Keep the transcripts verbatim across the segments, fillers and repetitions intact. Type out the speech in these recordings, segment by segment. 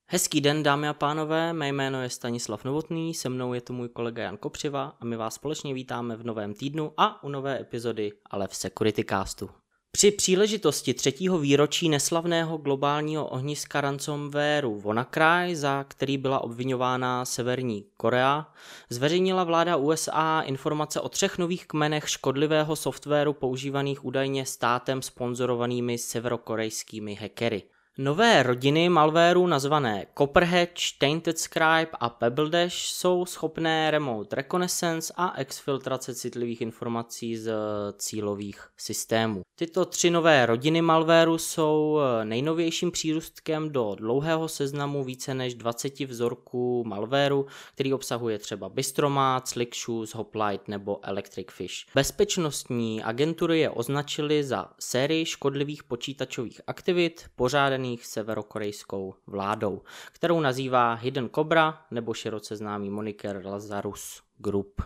Hezký den, dámy a pánové, mé jméno je Stanislav Novotný, se mnou je tu můj kolega Jan Kopřiva a my vás společně vítáme v novém týdnu a u nové epizody Ale v Securitycastu. Při příležitosti třetího výročí neslavného globálního ohniska ransomwareu WannaCry, za který byla obvinována Severní Korea, zveřejnila vláda U S A informace o třech nových kmenech škodlivého softwaru používaných údajně státem sponzorovanými severokorejskými hackery. Nové rodiny malwareu nazvané Copperhatch, Tainted Scribe a Pebbledash jsou schopné remote reconnaissance a exfiltrace citlivých informací z cílových systémů. Tyto tři nové rodiny malwareu jsou nejnovějším přírůstkem do dlouhého seznamu více než dvaceti vzorků malwareu, který obsahuje třeba Bystromat, Slickshoes, Hoplite nebo Electric Fish. Bezpečnostní agentury je označily za sérii škodlivých počítačových aktivit pořádaných severokorejskou vládou, kterou nazývá Hidden Cobra nebo široce známý moniker Lazarus Group.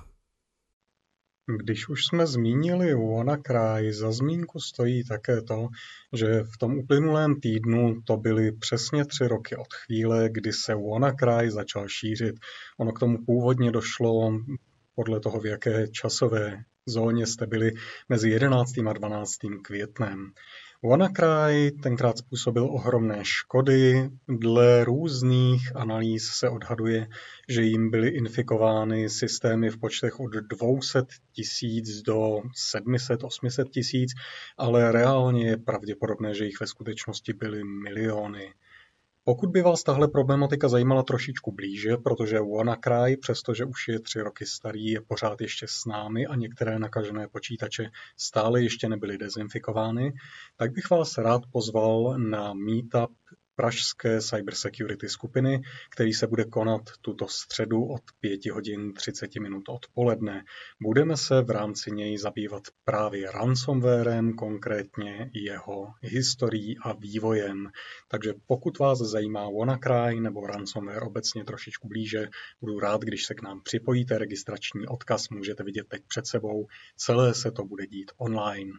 Když už jsme zmínili WannaCry, za zmínku stojí také to, že v tom uplynulém týdnu to byly přesně tři roky od chvíle, kdy se WannaCry začal šířit. Ono k tomu původně došlo podle toho, v jaké časové zóně jste byli, mezi jedenáctým a dvanáctým květnem. WannaCry tenkrát způsobil ohromné škody. Dle různých analýz se odhaduje, že jim byly infikovány systémy v počtech od dvě stě tisíc do sedm set osm set tisíc, ale reálně je pravděpodobné, že jich ve skutečnosti byly miliony. Pokud by vás tahle problematika zajímala trošičku blíže, protože WannaCry, přestože už je tři roky starý, je pořád ještě s námi a některé nakažené počítače stále ještě nebyly dezinfikovány, tak bych vás rád pozval na meetup pražské cybersecurity skupiny, který se bude konat tuto středu od pět hodin třicet minut odpoledne. Budeme se v rámci něj zabývat právě ransomwarem, konkrétně jeho historií a vývojem. Takže pokud vás zajímá WannaCry nebo ransomware obecně trošičku blíže, budu rád, když se k nám připojíte. Registrační odkaz můžete vidět teď před sebou. Celé se to bude dít online.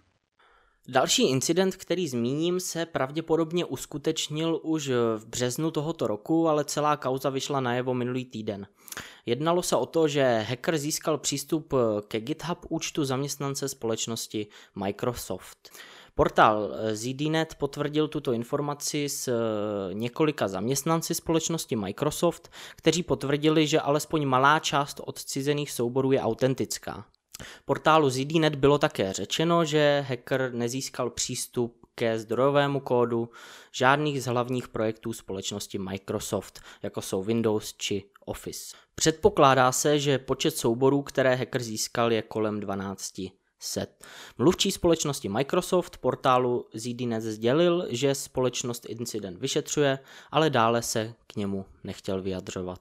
Další incident, který zmíním, se pravděpodobně uskutečnil už v březnu tohoto roku, ale celá kauza vyšla najevo minulý týden. Jednalo se o to, že hacker získal přístup ke GitHub účtu zaměstnance společnosti Microsoft. Portál Z D Net potvrdil tuto informaci s několika zaměstnanci společnosti Microsoft, kteří potvrdili, že alespoň malá část odcizených souborů je autentická. Portálu Z D Net bylo také řečeno, že hacker nezískal přístup ke zdrojovému kódu žádných z hlavních projektů společnosti Microsoft, jako jsou Windows či Office. Předpokládá se, že počet souborů, které hacker získal, je kolem dvanáct set. Mluvčí společnosti Microsoft portálu Z D Net sdělil, že společnost incident vyšetřuje, ale dále se k němu nechtěl vyjadřovat.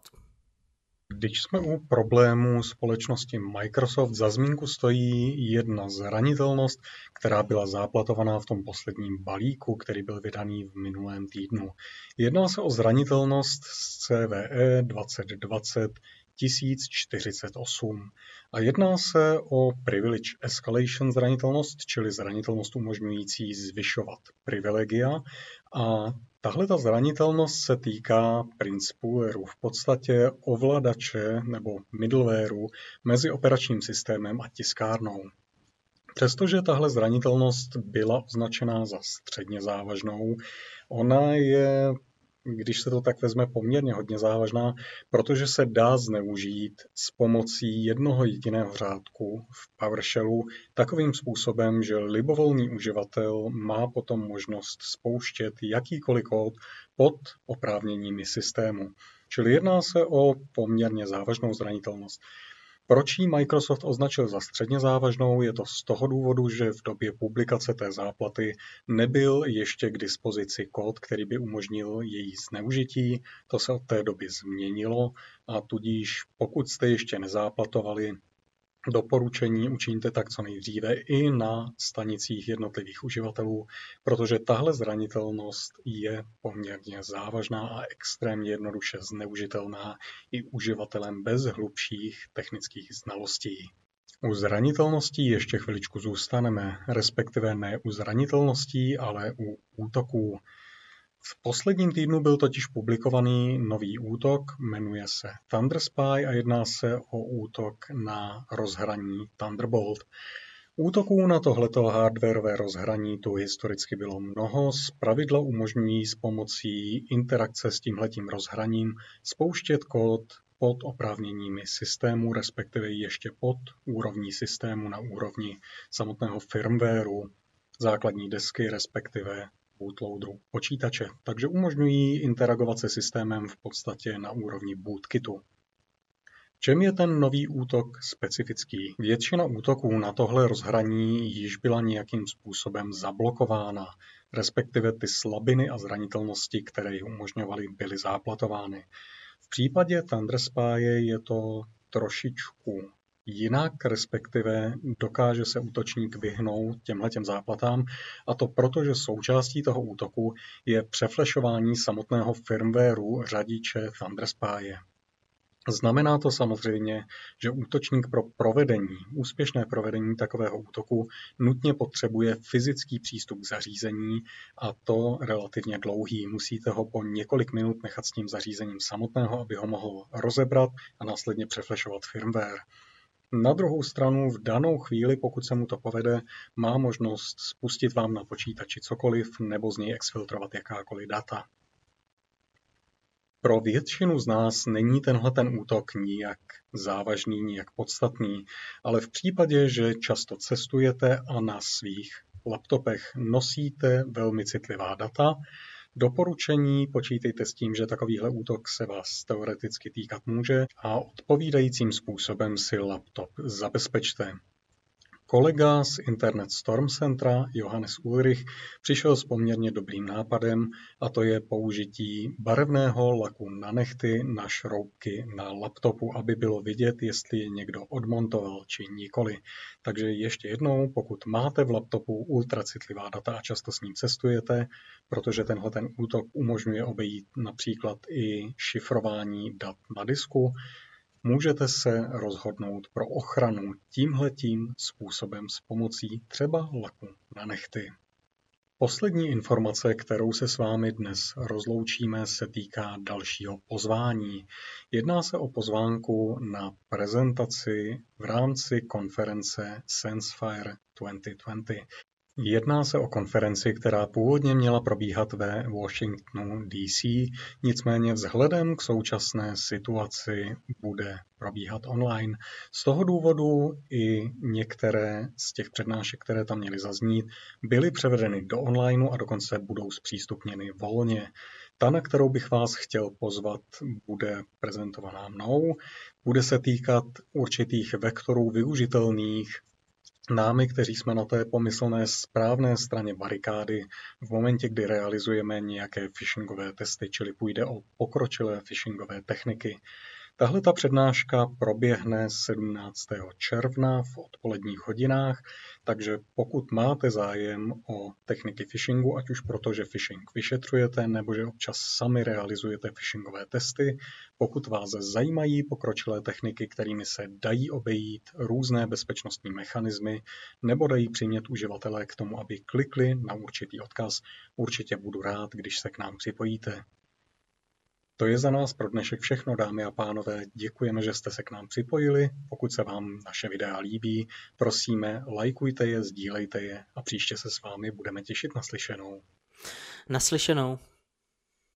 Když jsme u problémů společnosti Microsoft, za zmínku stojí jedna zranitelnost, která byla záplatovaná v tom posledním balíku, který byl vydaný v minulém týdnu. Jedná se o zranitelnost z C V E dvacet dvacet tisíc čtyřicet osm a jedná se o privilege escalation zranitelnost, čili zranitelnost umožňující zvyšovat privilegia, a tahle ta zranitelnost se týká principů v podstatě ovladače nebo middlewareu mezi operačním systémem a tiskárnou. Přestože tahle zranitelnost byla označená za středně závažnou, ona je, když se to tak vezme, poměrně hodně závažná, protože se dá zneužít s pomocí jednoho jediného řádku v PowerShellu takovým způsobem, že libovolný uživatel má potom možnost spouštět jakýkoliv kód pod oprávněními systému. Čili jedná se o poměrně závažnou zranitelnost. Proč ji Microsoft označil za středně závažnou? Je to z toho důvodu, že v době publikace té záplaty nebyl ještě k dispozici kód, který by umožnil její zneužití. To se od té doby změnilo a tudíž pokud jste ještě nezáplatovali, doporučení učiňte tak co nejdříve i na stanicích jednotlivých uživatelů, protože tahle zranitelnost je poměrně závažná a extrémně jednoduše zneužitelná i uživatelem bez hlubších technických znalostí. U zranitelností ještě chviličku zůstaneme, respektive ne u zranitelností, ale u útoků. V posledním týdnu byl totiž publikovaný nový útok, jmenuje se ThunderSpy a jedná se o útok na rozhraní Thunderbolt. Útoků na tohleto hardwareové rozhraní tu historicky bylo mnoho, zpravidla umožňují s pomocí interakce s tímhletím rozhraním spouštět kód pod oprávněními systému, respektive ještě pod úrovní systému na úrovni samotného firmwareu, základní desky, respektive bootloaderu počítače. Takže umožňují interagovat se systémem v podstatě na úrovni bootkitu. V čem je ten nový útok specifický? Většina útoků na tohle rozhraní již byla nějakým způsobem zablokována, respektive ty slabiny a zranitelnosti, které ji umožňovaly, byly záplatovány. V případě ThunderSpy je to trošičku jinak, respektive dokáže se útočník vyhnout těmhletěm záplatám, a to proto, že součástí toho útoku je přeflešování samotného firmwareu řadiče ThunderSpy. Znamená to samozřejmě, že útočník pro provedení, úspěšné provedení takového útoku nutně potřebuje fyzický přístup k zařízení, a to relativně dlouhý. Musíte ho po několik minut nechat s tím zařízením samotného, aby ho mohl rozebrat a následně přeflešovat firmware. Na druhou stranu v danou chvíli, pokud se mu to povede, má možnost spustit vám na počítači cokoliv nebo z něj exfiltrovat jakákoliv data. Pro většinu z nás není tenhle ten útok nijak závažný, nijak podstatný, ale v případě, že často cestujete a na svých laptopech nosíte velmi citlivá data, doporučení počítejte s tím, že takovýhle útok se vás teoreticky týkat může a odpovídajícím způsobem si laptop zabezpečte. Kolega z Internet Storm Centra, Johannes Ulrich, přišel s poměrně dobrým nápadem, a to je použití barevného laku na nehty na šroubky na laptopu, aby bylo vidět, jestli je někdo odmontoval či nikoli. Takže ještě jednou, pokud máte v laptopu ultracitlivá data a často s ním cestujete, protože tenhle ten útok umožňuje obejít například i šifrování dat na disku, můžete se rozhodnout pro ochranu tímhletím způsobem s pomocí třeba laku na nehty. Poslední informace, kterou se s vámi dnes rozloučíme, se týká dalšího pozvání. Jedná se o pozvánku na prezentaci v rámci konference SenseFire dvacet dvacet. Jedná se o konferenci, která původně měla probíhat ve Washingtonu D C, nicméně vzhledem k současné situaci bude probíhat online. Z toho důvodu i některé z těch přednášek, které tam měly zaznít, byly převedeny do onlineu a dokonce budou zpřístupněny volně. Ta, na kterou bych vás chtěl pozvat, bude prezentovaná mnou. Bude se týkat určitých vektorů využitelných námi, kteří jsme na té pomyslné správné straně barikády v momentě, kdy realizujeme nějaké phishingové testy, čili půjde o pokročilé phishingové techniky. Tahle ta přednáška proběhne sedmnáctého června v odpoledních hodinách, takže pokud máte zájem o techniky phishingu, ať už proto, že phishing vyšetřujete, nebo že občas sami realizujete phishingové testy, pokud vás zajímají pokročilé techniky, kterými se dají obejít různé bezpečnostní mechanismy, nebo dají přimět uživatelé k tomu, aby klikli na určitý odkaz, určitě budu rád, když se k nám připojíte. To je za nás pro dnešek všechno, dámy a pánové. Děkujeme, že jste se k nám připojili. Pokud se vám naše videa líbí, prosíme, lajkujte je, sdílejte je a příště se s vámi budeme těšit na slyšenou. Naslyšenou.